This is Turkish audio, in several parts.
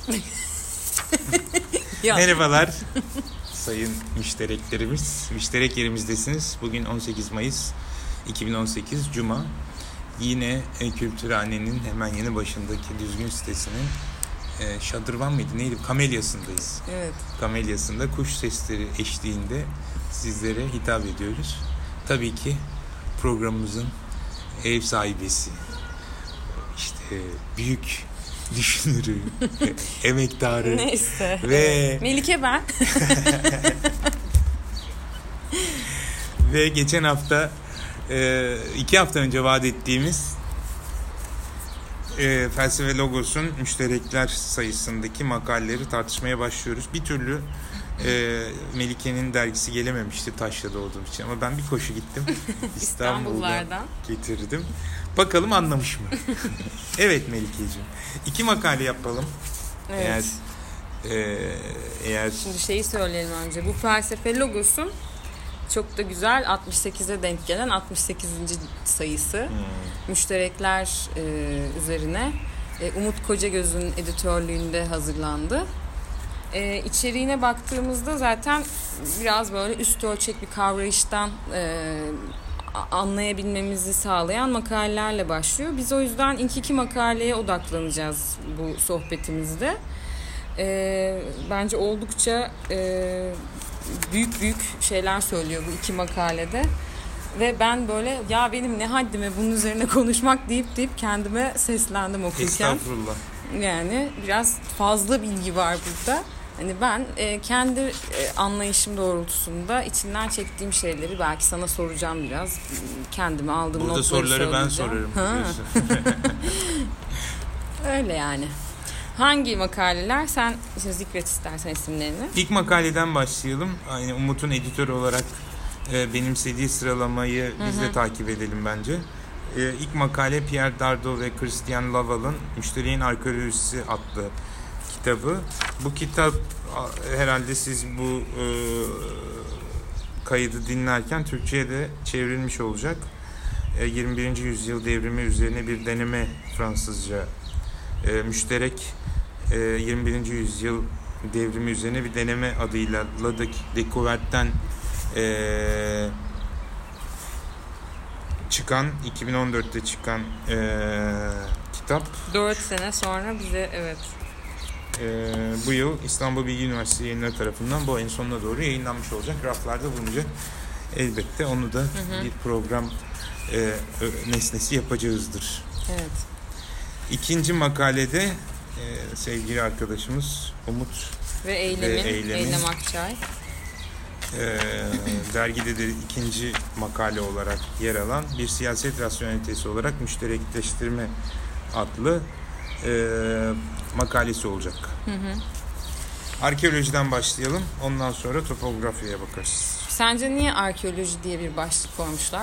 Merhabalar sayın müştereklerimiz. Müşterek yerimizdesiniz. Bugün 18 Mayıs 2018 Cuma. Yine Kültürhane'nin hemen yanı başındaki Düzgün sitesinin şadırvan mıydı neydi? Kamelyasındayız. Evet. Kamelyasında kuş sesleri eşliğinde sizlere hitap ediyoruz. Tabii ki programımızın ev sahibesi, işte büyük düşünürü, emektarı. Neyse. Ve Melike ben. ve geçen hafta 2 hafta önce vaat ettiğimiz Felsefe Logos'un müşterekler sayısındaki makaleleri tartışmaya başlıyoruz. Bir türlü Melike'nin dergisi gelememişti Taşra'da olduğum için ama ben bir koşu gittim. İstanbul'dan getirdim. Bakalım anlamış mı? Evet Melike'ciğim. 2 makale yapalım. Evet. Eğer Şimdi şeyi söyleyelim önce. Bu Felsefe Logos'un çok da güzel 68'e denk gelen 68. sayısı. Müşterekler üzerine Umut Kocagöz'ün editörlüğünde hazırlandı. İçeriğine baktığımızda zaten biraz böyle üst ölçek bir kavrayıştan anlayabilmemizi sağlayan makalelerle başlıyor. Biz o yüzden ilk 2 makaleye odaklanacağız bu sohbetimizde. Bence oldukça büyük şeyler söylüyor bu 2 makalede. Ve ben böyle ya benim ne haddime bunun üzerine konuşmak deyip kendime seslendim okurken. Estağfurullah. Yani biraz fazla bilgi var burada. Hani ben kendi anlayışım doğrultusunda içinden çektiğim şeyleri belki sana soracağım biraz. Kendime aldığım burada notları soruları ben söyleyeceğim. sorarım. Öyle yani. Hangi makaleler? Sen zikret istersen isimlerini. İlk makaleden başlayalım. Aynı Umut'un editörü olarak benimsediği sıralamayı biz de takip edelim bence. İlk makale Pierre Dardot ve Christian Laval'ın Müşteriğin Arkeolojisi adlı kitabı. Bu kitap herhalde siz bu kaydı dinlerken Türkçe'ye de çevrilmiş olacak. 21. yüzyıl devrimi üzerine bir deneme Fransızca. Müşterek 21. yüzyıl devrimi üzerine bir deneme adıyla La Découverte'den çıkan 2014'te çıkan kitap. 4 sene sonra bize evet. Bu yıl İstanbul Bilgi Üniversitesi yayınları tarafından bu ayın sonuna doğru yayınlanmış olacak. Raflarda bulunacak. Elbette onu da bir program nesnesi yapacağızdır. Evet. İkinci makalede sevgili arkadaşımız Umut ve Eylem Akçay. Dergide de ikinci makale olarak yer alan bir siyaset rasyonelitesi olarak müşterekleştirme adlı makalesi olacak. Arkeolojiden başlayalım. Ondan sonra topografiye bakarız. Sence niye arkeoloji diye bir başlık koymuşlar?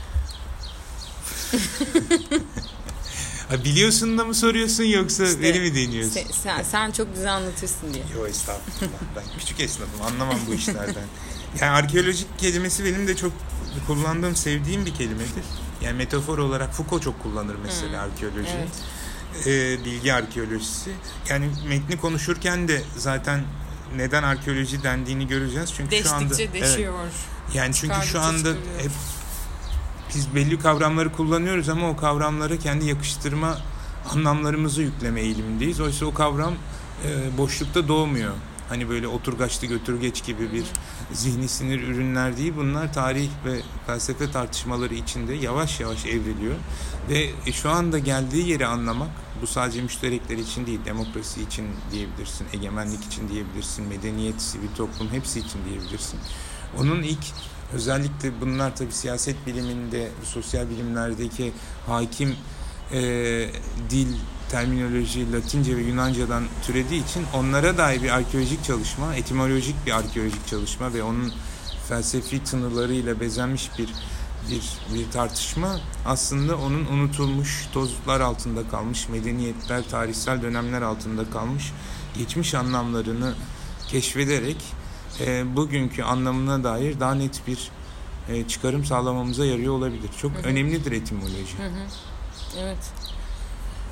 Biliyorsun da mı soruyorsun yoksa işte, beni mi deniyorsun? Sen çok güzel anlatırsın diye. Yok estağfurullah. Ben küçük esnafım. Anlamam bu işlerden. Yani arkeolojik kelimesi benim de çok kullandığım, sevdiğim bir kelimedir. Yani metafor olarak Foucault çok kullanır mesela arkeoloji. Evet. Bilgi arkeolojisi. Yani metni konuşurken de zaten neden arkeoloji dendiğini göreceğiz. Çünkü deştikçe şu anda deşiyor. Evet. Yani çünkü şu anda hep biz belli kavramları kullanıyoruz ama o kavramları kendi yakıştırma anlamlarımızı yükleme eğilimindeyiz. Oysa o kavram boşlukta doğmuyor. Hani böyle oturgaçlı götürgeç gibi bir zihni sinir ürünler değil. Bunlar tarih ve felsefe tartışmaları içinde yavaş yavaş evriliyor. Ve şu anda geldiği yeri anlamak, bu sadece müşterekler için değil, demokrasi için diyebilirsin, egemenlik için diyebilirsin, medeniyet, sivil toplum hepsi için diyebilirsin. Onun ilk özellikle bunlar tabii siyaset biliminde, sosyal bilimlerdeki hakim dil, terminoloji, Latince ve Yunanca'dan türediği için onlara dair bir arkeolojik çalışma, etimolojik bir arkeolojik çalışma ve onun felsefi tınılarıyla bezenmiş bir tartışma aslında onun unutulmuş, tozlar altında kalmış, medeniyetler, tarihsel dönemler altında kalmış, geçmiş anlamlarını keşfederek bugünkü anlamına dair daha net bir çıkarım sağlamamıza yarıyor olabilir. Çok önemlidir etimoloji. Evet.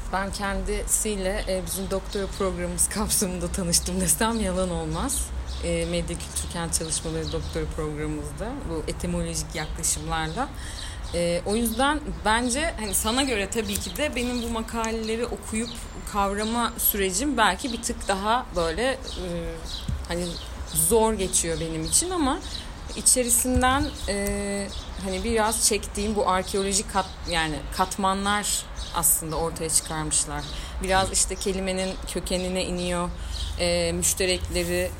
Ben kendisiyle bizim doktora programımız kapsamında tanıştım desem yalan olmaz. Medya Kültür Kent Çalışmaları doktora programımızda bu etimolojik yaklaşımlarla. O yüzden bence hani sana göre tabii ki de benim bu makaleleri okuyup kavrama sürecim belki bir tık daha böyle hani zor geçiyor benim için ama içerisinden hani biraz çektiğim bu arkeolojik katmanlar aslında ortaya çıkarmışlar. Biraz işte kelimenin kökenine iniyor, müşterekleri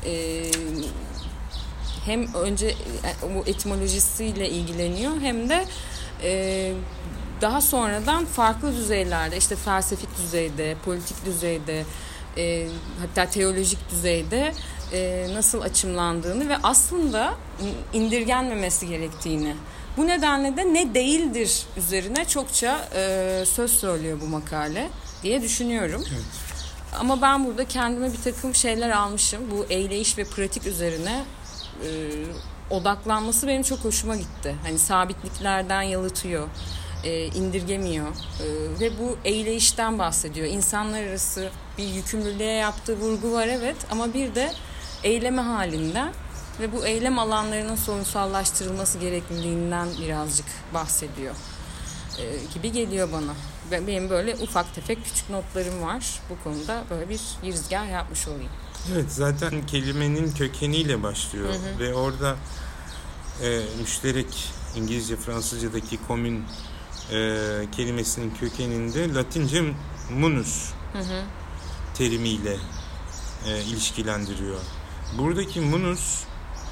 hem önce bu etimolojisiyle ilgileniyor hem de daha sonradan farklı düzeylerde işte felsefik düzeyde, politik düzeyde hatta teolojik düzeyde nasıl açımlandığını ve aslında indirgenmemesi gerektiğini. Bu nedenle de ne değildir üzerine çokça söz söylüyor bu makale diye düşünüyorum. Evet. Ama ben burada kendime bir takım şeyler almışım. Bu eyleyiş ve pratik üzerine odaklanması benim çok hoşuma gitti. Hani sabitliklerden yalıtıyor, indirgemiyor ve bu eyleyişten bahsediyor. İnsanlar arası bir yükümlülüğe yaptığı vurgu var evet ama bir de eyleme halinden ve bu eylem alanlarının sorunsallaştırılması gerekliliğinden birazcık bahsediyor gibi geliyor bana. Benim böyle ufak tefek küçük notlarım var. Bu konuda böyle bir girizgah yapmış olayım. Evet, zaten kelimenin kökeniyle başlıyor ve orada müşterek İngilizce, Fransızca'daki komün kelimesinin kökeninde Latince munus terimiyle ilişkilendiriyor. Buradaki munus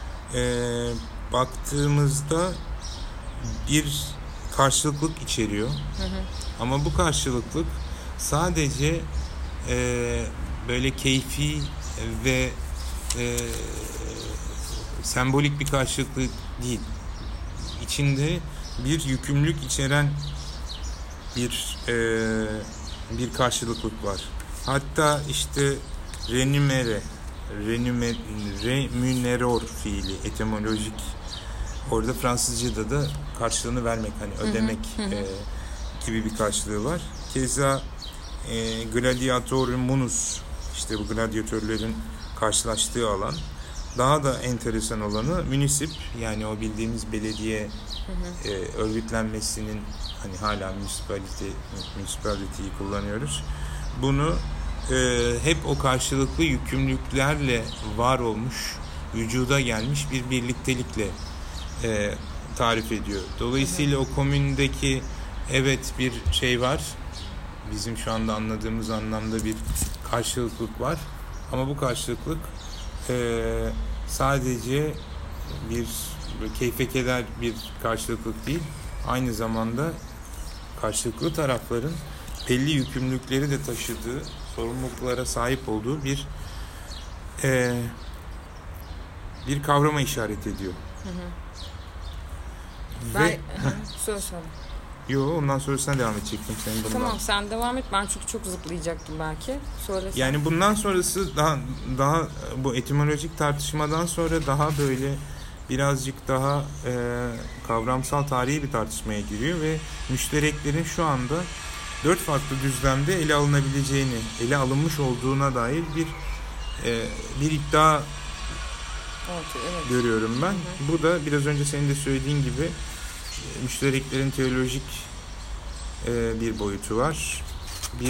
baktığımızda bir karşılıklık içeriyor. Ama bu karşılıklık sadece böyle keyfi ve sembolik bir karşılıklık değil. İçinde bir yükümlülük içeren bir karşılıklık var. Hatta işte remuneror fiili etimolojik orada Fransızca'da da karşılığını vermek hani ödemek gibi bir karşılığı var. Keza gladiator munus işte bu gladyatörlerin karşılaştığı alan. Daha da enteresan olanı munisip yani o bildiğimiz belediye örgütlenmesinin hani hala municipality'yi kullanıyoruz. Bunu hep o karşılıklı yükümlülüklerle var olmuş, vücuda gelmiş bir birliktelikle tarif ediyor. Dolayısıyla o komündeki evet bir şey var. Bizim şu anda anladığımız anlamda bir karşılıklık var. Ama bu karşılıklık sadece bir keyfekeder bir karşılıklık değil. Aynı zamanda karşılıklı tarafların belli yükümlülükleri de taşıdığı, sorumluluklara sahip olduğu bir kavrama işaret ediyor. Söz. Ondan sonrasına devam edecektim senin bundan. Tamam sen devam et. Ben çünkü çok zıplayacaktım belki. Söylesen. Yani bundan sonrası daha bu etimolojik tartışmadan sonra daha böyle birazcık daha kavramsal tarihi bir tartışmaya giriyor ve müştereklerin şu anda 4 farklı düzlemde ele alınmış olduğuna dair bir iddia görüyorum ben. Bu da biraz önce senin de söylediğin gibi müştereklerin teolojik bir boyutu var. Bir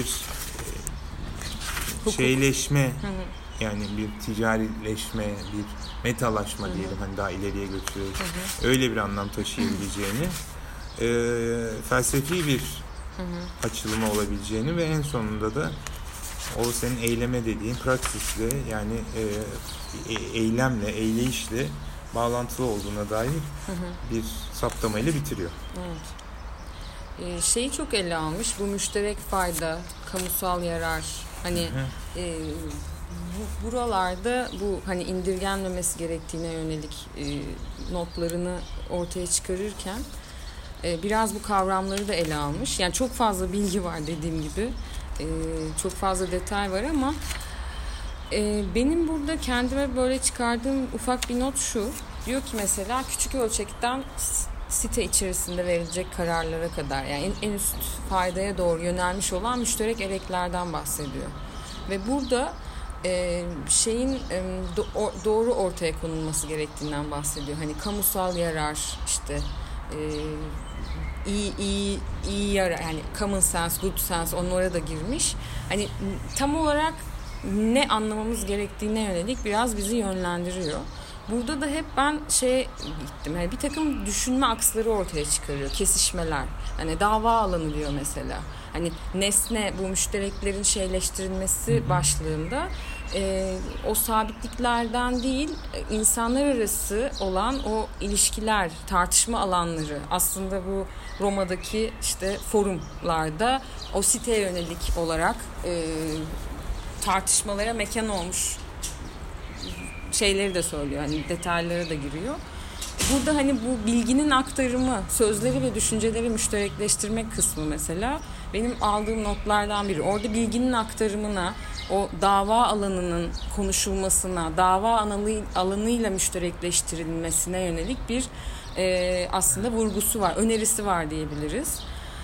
şeyleşme yani bir ticarileşme, bir metalaşma diyelim hani daha ileriye götürüyoruz. Öyle bir anlam taşıyabileceğini, felsefi bir açılımı olabileceğini ve en sonunda da o senin eyleme dediğin praksisle yani eylemle, eyleyişle bağlantılı olduğuna dair bir saptamayla bitiriyor. Evet. Şeyi çok ele almış. Bu müşterek fayda, kamusal yarar. Hani buralarda bu hani indirgenmemesi gerektiğine yönelik notlarını ortaya çıkarırken biraz bu kavramları da ele almış. Yani çok fazla bilgi var dediğim gibi. Çok fazla detay var ama benim burada kendime böyle çıkardığım ufak bir not şu. Diyor ki mesela küçük ölçekten site içerisinde verilecek kararlara kadar, yani en üst faydaya doğru yönelmiş olan müşterek ereklerden bahsediyor. Ve burada şeyin doğru ortaya konulması gerektiğinden bahsediyor. Hani kamusal yarar, işte iyi yarar, yani common sense, good sense, onlara da girmiş. Hani tam olarak ne anlamamız gerektiğine yönelik biraz bizi yönlendiriyor. Burada da hep ben gittim. Yani bir takım düşünme aksları ortaya çıkarıyor. Kesişmeler. Hani dava alanı diyor mesela. Hani nesne, bu müştereklerin şeyleştirilmesi başlığında o sabitliklerden değil, insanlar arası olan o ilişkiler, tartışma alanları, aslında bu Roma'daki işte forumlarda o siteye yönelik olarak tartışmalara mekan olmuş şeyleri de söylüyor. Hani detaylara da giriyor. Burada hani bu bilginin aktarımı, sözleri ve düşünceleri müşterekleştirmek kısmı mesela benim aldığım notlardan biri. Orada bilginin aktarımına, o dava alanının konuşulmasına, dava alanıyla müşterekleştirilmesine yönelik bir aslında vurgusu var, önerisi var diyebiliriz.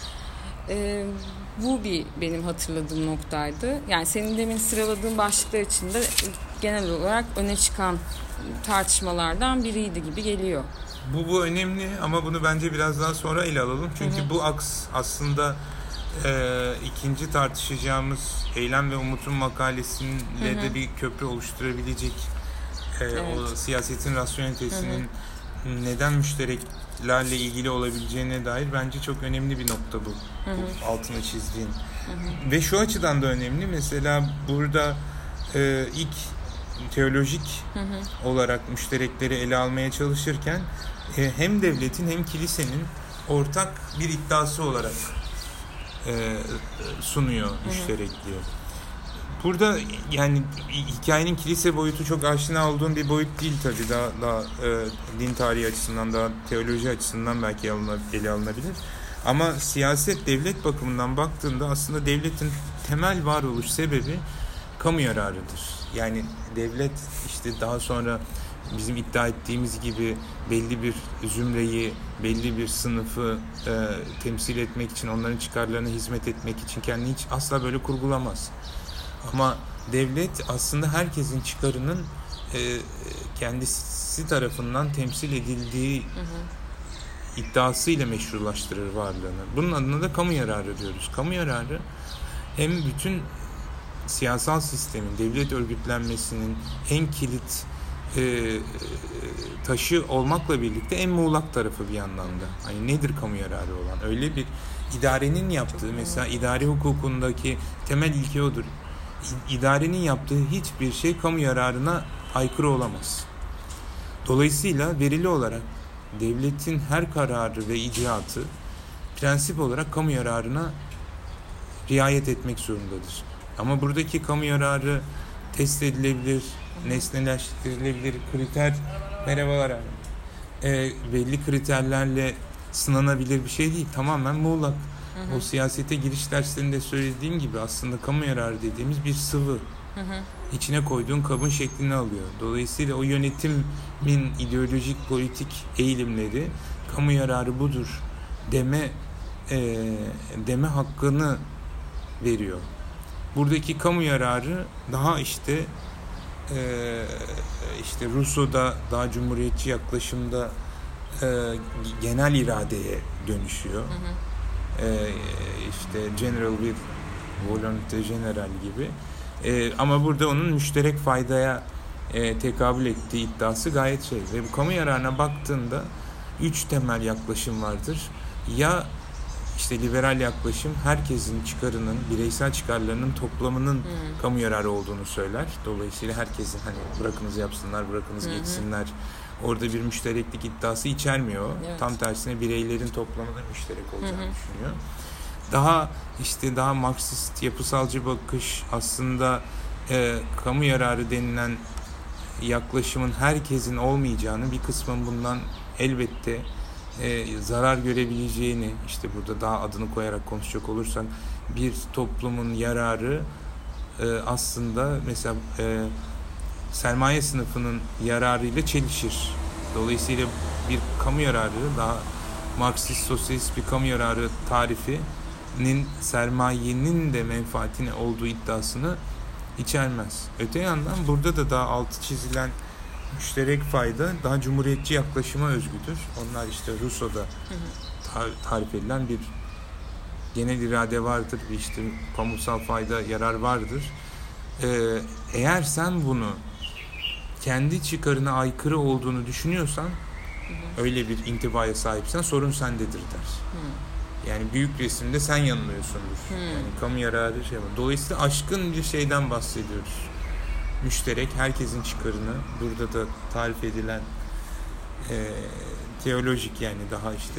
Bu benim hatırladığım noktaydı. Yani senin demin sıraladığın başlıklar içinde genel olarak öne çıkan tartışmalardan biriydi gibi geliyor. Bu önemli ama bunu bence biraz daha sonra ele alalım. Çünkü bu aks aslında ikinci tartışacağımız Eylem ve Umut'un makalesiyle de bir köprü oluşturabilecek. O siyasetin rasyonelitesinin neden müştereklerle ilgili olabileceğine dair bence çok önemli bir nokta bu. Bu altını çizdiğin. Ve şu açıdan da önemli. Mesela burada ilk teolojik olarak müşterekleri ele almaya çalışırken hem devletin hem kilisenin ortak bir iddiası olarak sunuyor müşterekliği. Burada yani hikayenin kilise boyutu çok aşina olduğum bir boyut değil tabii. Daha din tarihi açısından, daha teoloji açısından belki ele alınabilir. Ama siyaset, devlet bakımından baktığında aslında devletin temel varoluş sebebi kamu yararıdır. Yani devlet işte daha sonra bizim iddia ettiğimiz gibi belli bir zümreyi, belli bir sınıfı temsil etmek için, onların çıkarlarına hizmet etmek için kendini hiç asla böyle kurgulamaz. Ama devlet aslında herkesin çıkarının kendisi tarafından temsil edildiği iddiasıyla meşrulaştırır varlığını. Bunun adına da kamu yararı diyoruz. Kamu yararı hem bütün siyasal sistemin, devlet örgütlenmesinin en kilit taşı olmakla birlikte en muğlak tarafı bir yandan da. Hani nedir kamu yararı olan? Öyle bir idarenin yaptığı, mesela idari hukukundaki temel ilke odur. İdarenin yaptığı hiçbir şey kamu yararına aykırı olamaz. Dolayısıyla verili olarak devletin her kararı ve icraatı prensip olarak kamu yararına riayet etmek zorundadır. Ama buradaki kamu yararı test edilebilir, nesneleştirilebilir kriter, merhabalar abi, belli kriterlerle sınanabilir bir şey değil. Tamamen muğlak. O siyasete giriş derslerinde söylediğim gibi aslında kamu yararı dediğimiz bir sıvı. İçine koyduğun kabın şeklini alıyor. Dolayısıyla o yönetimin ideolojik, politik eğilimleri kamu yararı budur deme hakkını veriyor. Buradaki kamu yararı daha işte Rousseau'da daha cumhuriyetçi yaklaşımda genel iradeye dönüşüyor. İşte general will, volonté générale gibi. Ama burada onun müşterek faydaya tekabül ettiği iddiası gayet şey. Ve bu kamu yararına baktığında 3 temel yaklaşım vardır. Ya işte liberal yaklaşım herkesin çıkarının, bireysel çıkarlarının toplamının kamu yararı olduğunu söyler. Dolayısıyla herkesin hani bırakınız yapsınlar, bırakınız geçsinler. Orada bir müştereklik iddiası içermiyor. Evet. Tam tersine bireylerin toplamının müşterek olacağını düşünüyor. Daha Marksist yapısalcı bakış aslında kamu yararı denilen yaklaşımın herkesin olmayacağını, bir kısmın bundan elbette zarar görebileceğini, işte burada daha adını koyarak konuşacak olursak bir toplumun yararı aslında mesela sermaye sınıfının yararıyla çelişir. Dolayısıyla bir kamu yararı daha Marksist sosyalist bir kamu yararı tarifinin sermayenin de menfaatine olduğu iddiasını içermez. Öte yandan burada da daha altı çizilen müşterek fayda daha cumhuriyetçi yaklaşıma özgüdür. Onlar işte Rousseau'da tarif edilen bir genel irade vardır, işte kamusal fayda, yarar vardır. Eğer sen bunu kendi çıkarına aykırı olduğunu düşünüyorsan, öyle bir intibaya sahipsen sorun sendedir der. Yani büyük resimde sen yanılıyorsundur. Yani kamu yararı şey var. Dolayısıyla aşkın bir şeyden bahsediyoruz. Müşterek, herkesin çıkarını, burada da tarif edilen teolojik, yani daha işte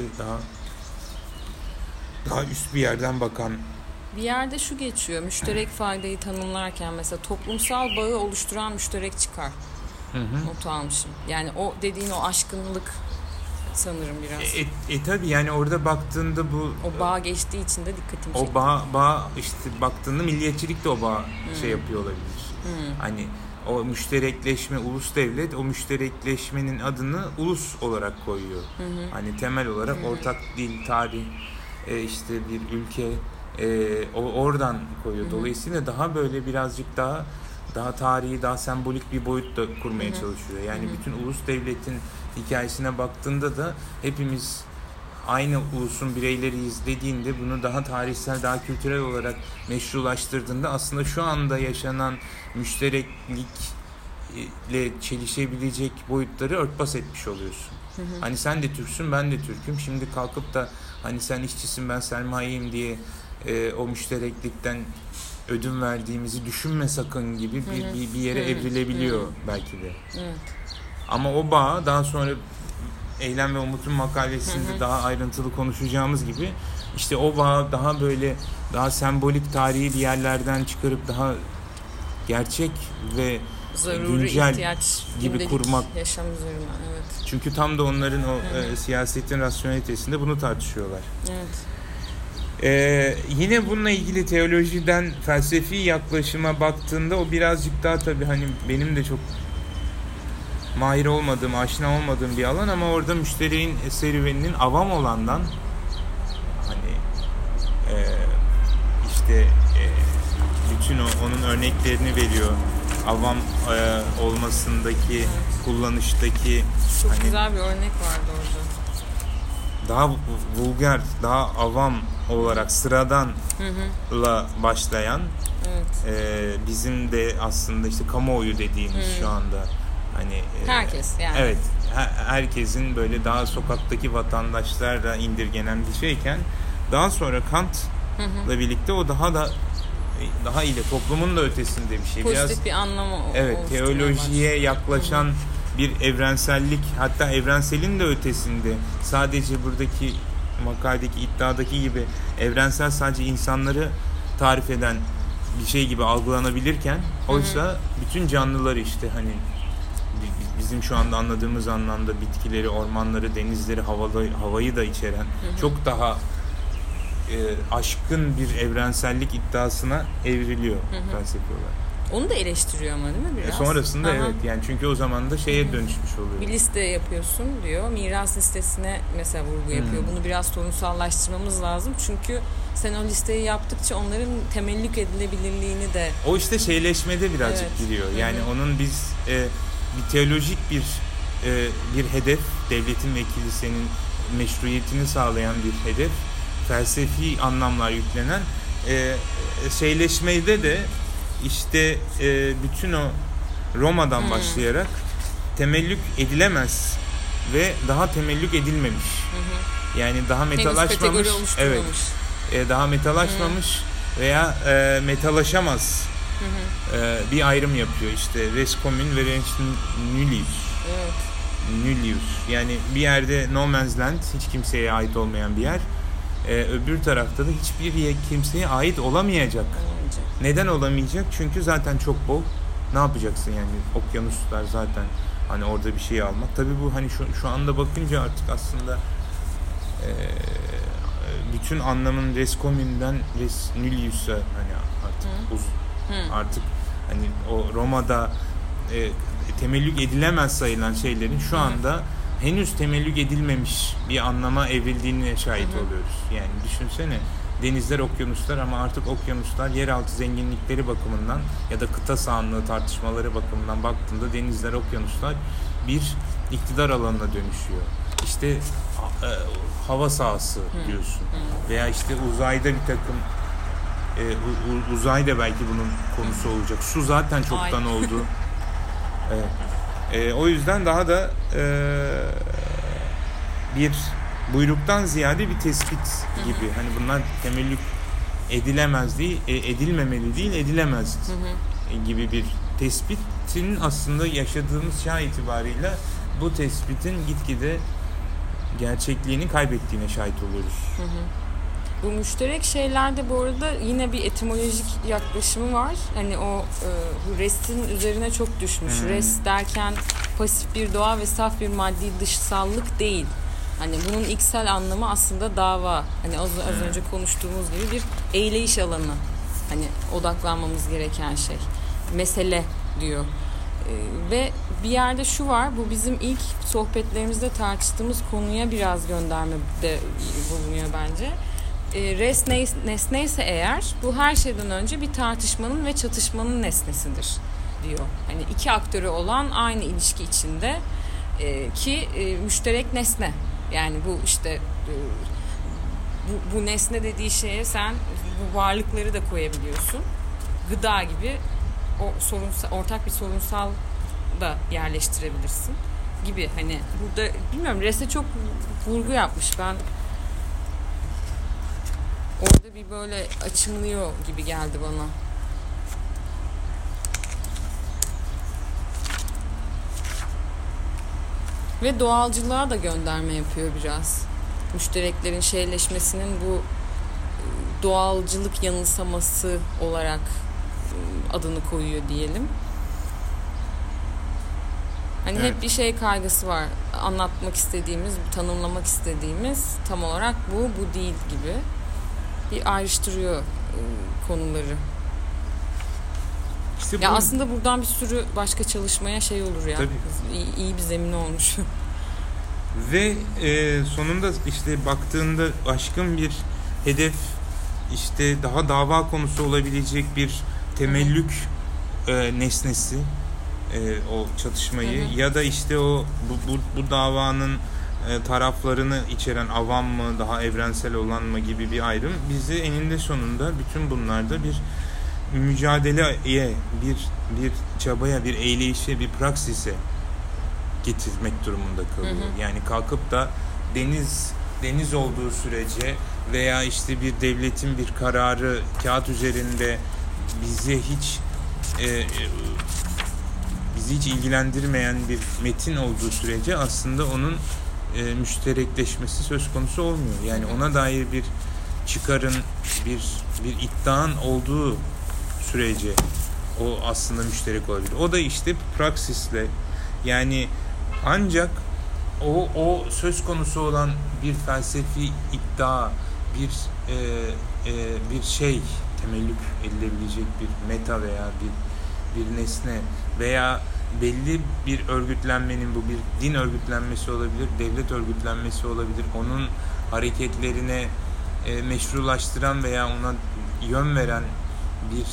daha üst bir yerden bakan. Bir yerde şu geçiyor, müşterek faydayı tanımlarken mesela toplumsal bağı oluşturan müşterek çıkar. Notu almışım. Yani o dediğin o aşkınlık sanırım biraz. Tabii yani orada baktığında bu... O bağ geçtiği için de dikkatimi çekti. O bağ işte baktığında milliyetçilik de o bağ şey yapıyor olabilir. Hani o müşterekleşme, ulus devlet o müşterekleşmenin adını ulus olarak koyuyor. Hani temel olarak ortak dil, tarih, işte bir ülke oradan koyuyor. Dolayısıyla daha böyle birazcık daha tarihi, daha sembolik bir boyut da kurmaya çalışıyor. Yani bütün ulus devletin hikayesine baktığında da hepimiz aynı ulusun bireyleriyiz dediğinde, bunu daha tarihsel, daha kültürel olarak meşrulaştırdığında aslında şu anda yaşanan müştereklikle çelişebilecek boyutları örtbas etmiş oluyorsun. Hani sen de Türksün, ben de Türk'üm. Şimdi kalkıp da hani sen işçisin, ben sermayeyim diye o müştereklikten ödün verdiğimizi düşünme sakın gibi bir yere evrilebiliyor belki de. Ama o bağ daha sonra Eylem ve Umut'un makalesinde daha ayrıntılı konuşacağımız gibi işte o bağ daha böyle daha sembolik, tarihi bir yerlerden çıkarıp daha gerçek ve zaruri güncel ihtiyaç gibi kurmak. Yaşam üzerine, evet. Çünkü tam da onların o siyasetin rasyonelitesinde bunu tartışıyorlar. Evet. Yine bununla ilgili teolojiden felsefi yaklaşıma baktığında o birazcık daha tabii hani benim de çok mahir olmadığım, aşina olmadığım bir alan, ama orada müştereğin serüveninin avam olandan hani işte bütün onun örneklerini veriyor. Avam olmasındaki, kullanıştaki çok hani güzel bir örnek vardı orada. Daha vulgar, daha avam olarak sıradanla başlayan, bizim de aslında işte kamuoyu dediğimiz şu anda hani herkes yani. Evet, herkesin böyle daha sokaktaki vatandaşlarla indirgenen bir şeyken, daha sonra Kant'la birlikte o daha ile toplumun da ötesinde bir şey. Pozitif biraz bir anlamı. Evet, teolojiye yaklaşan bir evrensellik, hatta evrenselin de ötesinde, sadece buradaki makaledeki iddiadaki gibi evrensel sadece insanları tarif eden bir şey gibi algılanabilirken, oysa bütün canlıları, işte hani bizim şu anda anladığımız anlamda bitkileri, ormanları, denizleri, havayı da içeren çok daha aşkın bir evrensellik iddiasına evriliyor felsefi olarak. Onu da eleştiriyor ama değil mi biraz? Sonrasında evet, yani çünkü o zaman da şeye dönüşmüş oluyor. Bir liste yapıyorsun diyor. Miras listesine mesela vurgu yapıyor. Bunu biraz sorunsallaştırmamız lazım. Çünkü sen o listeyi yaptıkça onların temellük edilebilirliğini de... O işte şeyleşmede birazcık giriyor. Yani onun biz bir teolojik bir hedef, devletin ve kilisenin meşruiyetini sağlayan bir hedef, felsefi anlamlar yüklenen şeyleşmede de işte bütün o Roma'dan başlayarak temellük edilemez ve daha temellük edilmemiş. Yani daha metalaşmamış. Evet. Daha metalaşmamış veya metalaşamaz. Bir ayrım yapıyor işte res commun ve res nullius. Nullius. Yani bir yerde no man's land, hiç kimseye ait olmayan bir yer. Öbür tarafta da hiçbir kimseye ait olamayacak. Neden olamayacak? Çünkü zaten çok bol. Ne yapacaksın yani? Okyanuslar zaten hani orada bir şey almak. Tabii bu hani şu anda bakınca artık aslında bütün anlamın res commun'den res nullius'a hani artık hani o Roma'da temellük edilemez sayılan şeylerin şu anda henüz temellük edilmemiş bir anlama evrildiğine şahit oluyoruz. Yani düşünsene, denizler, okyanuslar, ama artık okyanuslar yeraltı zenginlikleri bakımından ya da kıta sahanlığı tartışmaları bakımından baktığında denizler, okyanuslar bir iktidar alanına dönüşüyor. İşte hava sahası diyorsun. Veya işte uzayda bir takım uzay da belki bunun konusu olacak. Su zaten çoktan oldu. Evet. O yüzden daha da bir buyruktan ziyade bir tespit gibi. Hani bunlar temellük edilemez değil, edilmemeli değil, edilemez gibi bir tespitin aslında yaşadığımız çağ itibarıyla bu tespitin gitgide gerçekliğini kaybettiğine şahit oluyoruz. Bu müşterek şeylerde bu arada yine bir etimolojik yaklaşımı var. Hani o restin üzerine çok düşmüş. Res derken pasif bir doğa ve saf bir maddi dışsallık değil. Hani bunun ilksel anlamı aslında dava. Hani az önce konuştuğumuz gibi bir eyleyiş alanı. Hani odaklanmamız gereken şey. Mesele diyor. Ve bir yerde şu var, bu bizim ilk sohbetlerimizde tartıştığımız konuya biraz göndermede bulunuyor bence. Res nesneyse eğer, bu her şeyden önce bir tartışmanın ve çatışmanın nesnesidir diyor. Hani iki aktörü olan aynı ilişki içinde ki müşterek nesne. Yani bu işte bu nesne dediği şeye sen bu varlıkları da koyabiliyorsun. Gıda gibi ortak bir sorunsal da yerleştirebilirsin gibi. Hani burada bilmiyorum, Res'e çok vurgu yapmış. Ben orada bir böyle açımlıyor gibi geldi bana. Ve doğalcılığa da gönderme yapıyor biraz. Müştereklerin şeyleşmesinin bu doğalcılık yanılsaması olarak adını koyuyor diyelim. Hani hep bir şey kaygısı var. Anlatmak istediğimiz, tanımlamak istediğimiz tam olarak bu değil gibi. Bir ayrıştırıyor konuları. İşte ya aslında buradan bir sürü başka çalışmaya şey olur ya. İyi bir zemin olmuş. Ve sonunda işte baktığında aşkın bir hedef, işte daha dava konusu olabilecek bir temellük nesnesi, o çatışmayı ya da işte o bu davanın taraflarını içeren avam mı, daha evrensel olan mı gibi bir ayrım bizi eninde sonunda bütün bunlarda bir mücadeleye, bir çabaya, bir eyleyişe, bir praksise getirmek durumunda kalıyor. Yani kalkıp da deniz olduğu sürece veya işte bir devletin bir kararı kağıt üzerinde bizi hiç ilgilendirmeyen bir metin olduğu sürece aslında onun müşterekleşmesi söz konusu olmuyor. Yani ona dair bir çıkarın, bir iddian olduğu sürece o aslında müşterek olabilir. O da işte praksisle, yani ancak o söz konusu olan bir felsefi iddia, bir şey temellük edilebilecek bir meta veya bir nesne veya belli bir örgütlenmenin, bu bir din örgütlenmesi olabilir, devlet örgütlenmesi olabilir, onun hareketlerine meşrulaştıran veya ona yön veren bir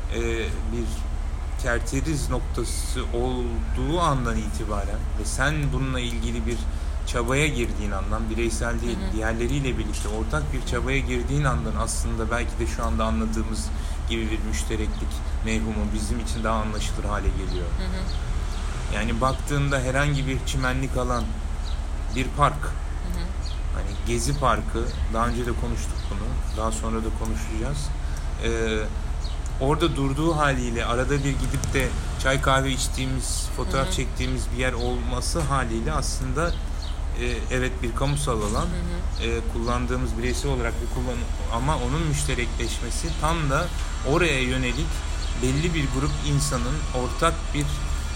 kerteriz noktası olduğu andan itibaren ve sen bununla ilgili bir çabaya girdiğin andan, bireysel değil, diğerleriyle birlikte ortak bir çabaya girdiğin andan aslında belki de şu anda anladığımız gibi bir müştereklik mevhumu bizim için daha anlaşılır hale geliyor. Yani baktığında herhangi bir çimenlik alan, bir park, hani Gezi Parkı, daha önce de konuştuk bunu, daha sonra da konuşacağız. Orada durduğu haliyle arada bir gidip de çay kahve içtiğimiz, fotoğraf çektiğimiz bir yer olması haliyle aslında evet bir kamusal alan, kullandığımız bireysel olarak bir kullanım, ama onun müşterekleşmesi tam da oraya yönelik belli bir grup insanın ortak bir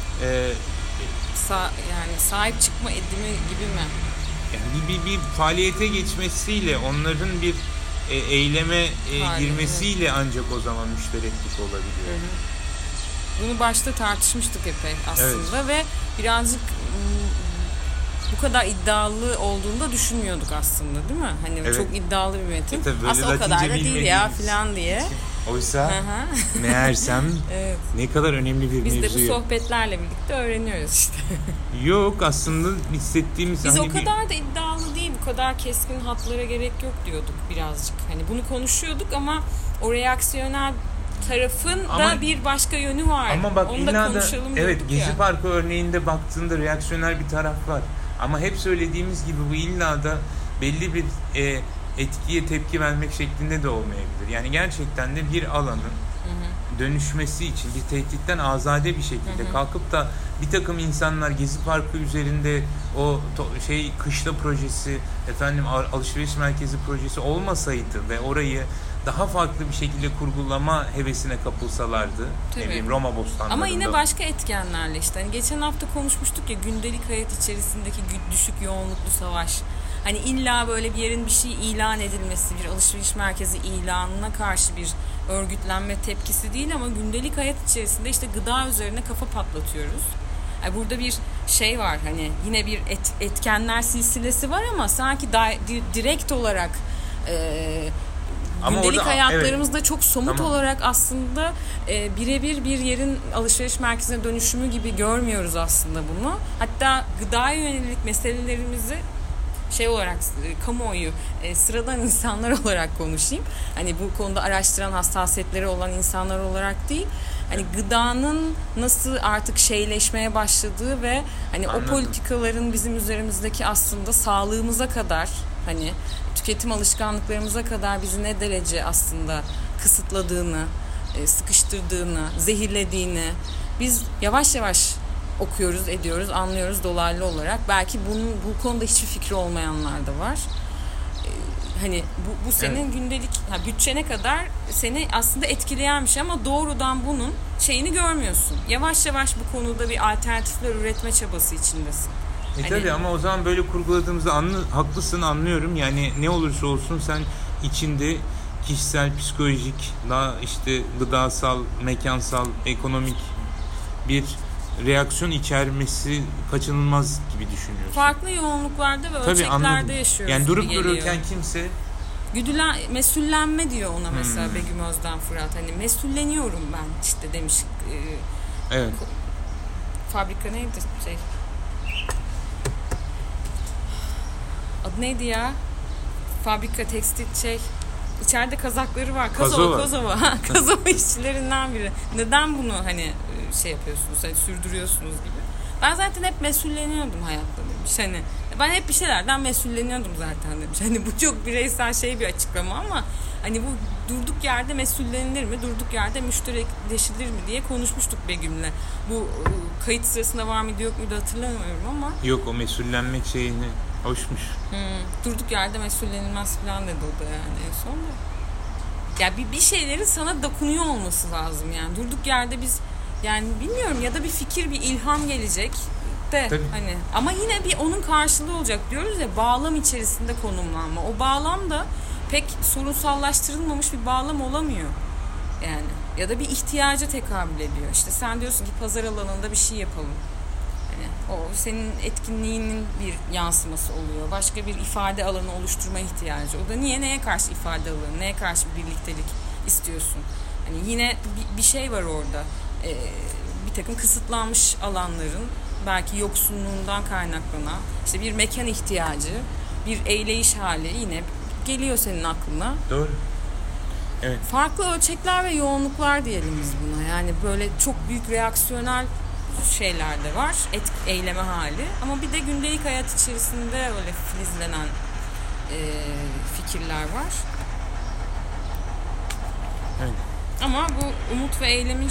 yani sahip çıkma edimi gibi mi? Yani bir faaliyete geçmesiyle, onların bir eyleme girmesiyle ancak o zaman müştereklik olabiliyor. Bunu başta tartışmıştık epey aslında ve birazcık bu kadar iddialı olduğunu da düşünmüyorduk aslında, değil mi? Hani evet. Çok iddialı bir metin. Aslında o kadar da değil ya falan diye. Oysa meğersem evet. Ne kadar önemli bir mevzu. Biz de bu sohbetlerle birlikte öğreniyoruz işte. Yok aslında hissettiğimiz... Biz o kadar da iddialı değil, bu kadar keskin hatlara gerek yok diyorduk birazcık. Hani bunu konuşuyorduk ama o reaksiyonel tarafın da bir başka yönü var. Ama bak onu da konuşalım evet, Gezi ya. Parkı örneğinde baktığında reaksiyonel bir taraf var. Ama hep söylediğimiz gibi bu illa da belli bir etkiye tepki vermek şeklinde de olmayabilir. Yani gerçekten de bir alanın dönüşmesi için bir tehditten azade bir şekilde kalkıp da bir takım insanlar Gezi Parkı üzerinde o kışla projesi, alışveriş merkezi projesi olmasaydı ve orayı daha farklı bir şekilde kurgulama hevesine kapılsalardı, Roma bostanlarında. Ama yine başka etkenlerle işte. Hani geçen hafta konuşmuştuk ya, gündelik hayat içerisindeki düşük yoğunluklu savaş. Hani illa böyle bir yerin bir şey ilan edilmesi, bir alışveriş merkezi ilanına karşı bir örgütlenme tepkisi değil ama gündelik hayat içerisinde işte gıda üzerine kafa patlatıyoruz. Yani burada bir şey var, hani yine bir etkenler silsilesi var ama sanki direkt olarak gündelik hayatlarımızda çok somut olarak aslında birebir bir yerin alışveriş merkezine dönüşümü gibi görmüyoruz aslında bunu. Hatta gıdaya yönelik meselelerimizi olarak kamuoyu, sıradan insanlar olarak konuşayım. Hani bu konuda araştıran, hassasiyetleri olan insanlar olarak değil. Hani gıdanın nasıl artık şeyleşmeye başladığı ve hani o politikaların bizim üzerimizdeki aslında sağlığımıza kadar, hani tüketim alışkanlıklarımıza kadar bizi ne derece aslında kısıtladığını, sıkıştırdığını, zehirlediğini biz yavaş yavaş okuyoruz, ediyoruz, anlıyoruz dolaylı olarak. Belki bu konuda hiçbir fikri olmayanlar da var. Hani bu senin gündelik bütçene kadar seni aslında etkileyen bir şey ama doğrudan bunun şeyini görmüyorsun. Yavaş yavaş bu konuda bir alternatifler üretme çabası içindesin. Tabii ama o zaman böyle kurguladığımızda haklısın, anlıyorum. Yani ne olursa olsun sen içinde kişisel, psikolojik, daha işte gıdasal, mekansal, ekonomik bir reaksiyon içermesi kaçınılmaz gibi düşünüyorsun. Farklı yoğunluklarda ve ölçeklerde yaşıyoruz. Yani durup dururken kimse... Mesullenme diyor ona mesela Begüm Özden Fırat. Hani mesulleniyorum ben işte demiş. Evet. Fabrika neydi? Adı neydi ya? Fabrika, tekstil İçeride kazakları var. Kozova. Kozova işçilerinden biri. Neden bunu hani yapıyorsunuz, hani sürdürüyorsunuz gibi. Ben zaten hep mesulleniyordum hayatta demiş. Hani ben hep bir şeylerden mesulleniyordum zaten demiş. Hani bu çok bireysel bir açıklama ama hani bu durduk yerde mesullenilir mi? Durduk yerde müşterekleşilir mi diye konuşmuştuk Begüm'le. Bu kayıt sırasında var mıydı yok muydu hatırlamıyorum ama. Yok, o mesullenmek şeyini hoşmuş. Durduk yerde mesullenilmez falan dedi o da yani en son da. Ya bir şeylerin sana dokunuyor olması lazım yani. Durduk yerde biz yani bilmiyorum ya da bir fikir, bir ilham gelecek de tabii. Hani ama yine bir onun karşılığı olacak diyoruz ya, bağlam içerisinde konumlanma. O bağlam da pek sorunsallaştırılmamış bir bağlam olamıyor. Yani ya da bir ihtiyaca tekabül ediyor. İşte sen diyorsun ki pazar alanında bir şey yapalım. Hani o senin etkinliğinin bir yansıması oluyor. Başka bir ifade alanı oluşturma ihtiyacı. O da neye karşı ifade alanı, neye karşı bir birliktelik istiyorsun? Hani yine bir şey var orada. Bir takım kısıtlanmış alanların belki yoksunluğundan kaynaklanan işte bir mekan ihtiyacı, bir eyleyiş hali yine geliyor senin aklına. Doğru. Evet. Farklı ölçekler ve yoğunluklar diyelim biz buna. Yani böyle çok büyük reaksiyonel şeyler de var. Eyleme hali. Ama bir de gündelik hayat içerisinde öyle filizlenen fikirler var. Evet. Ama bu umut ve eylemin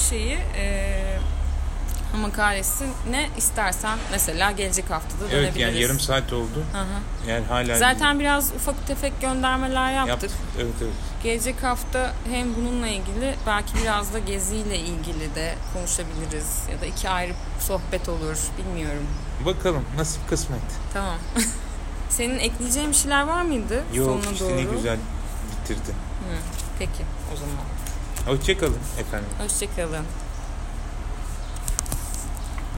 makalesi ne istersen mesela gelecek haftada dönebiliriz. Evet, yani yarım saat oldu. Yani hala zaten biraz ufak tefek göndermeler yaptık. Evet. Gelecek hafta hem bununla ilgili belki biraz da geziyle ilgili de konuşabiliriz. Ya da 2 ayrı sohbet olur. Bilmiyorum. Bakalım, nasip kısmet. Tamam. Senin ekleyeceğin bir şeyler var mıydı? Yok, işte doğru. Ne güzel bitirdi. Peki o zaman. Hoşçakalın efendim. Hoşçakalın.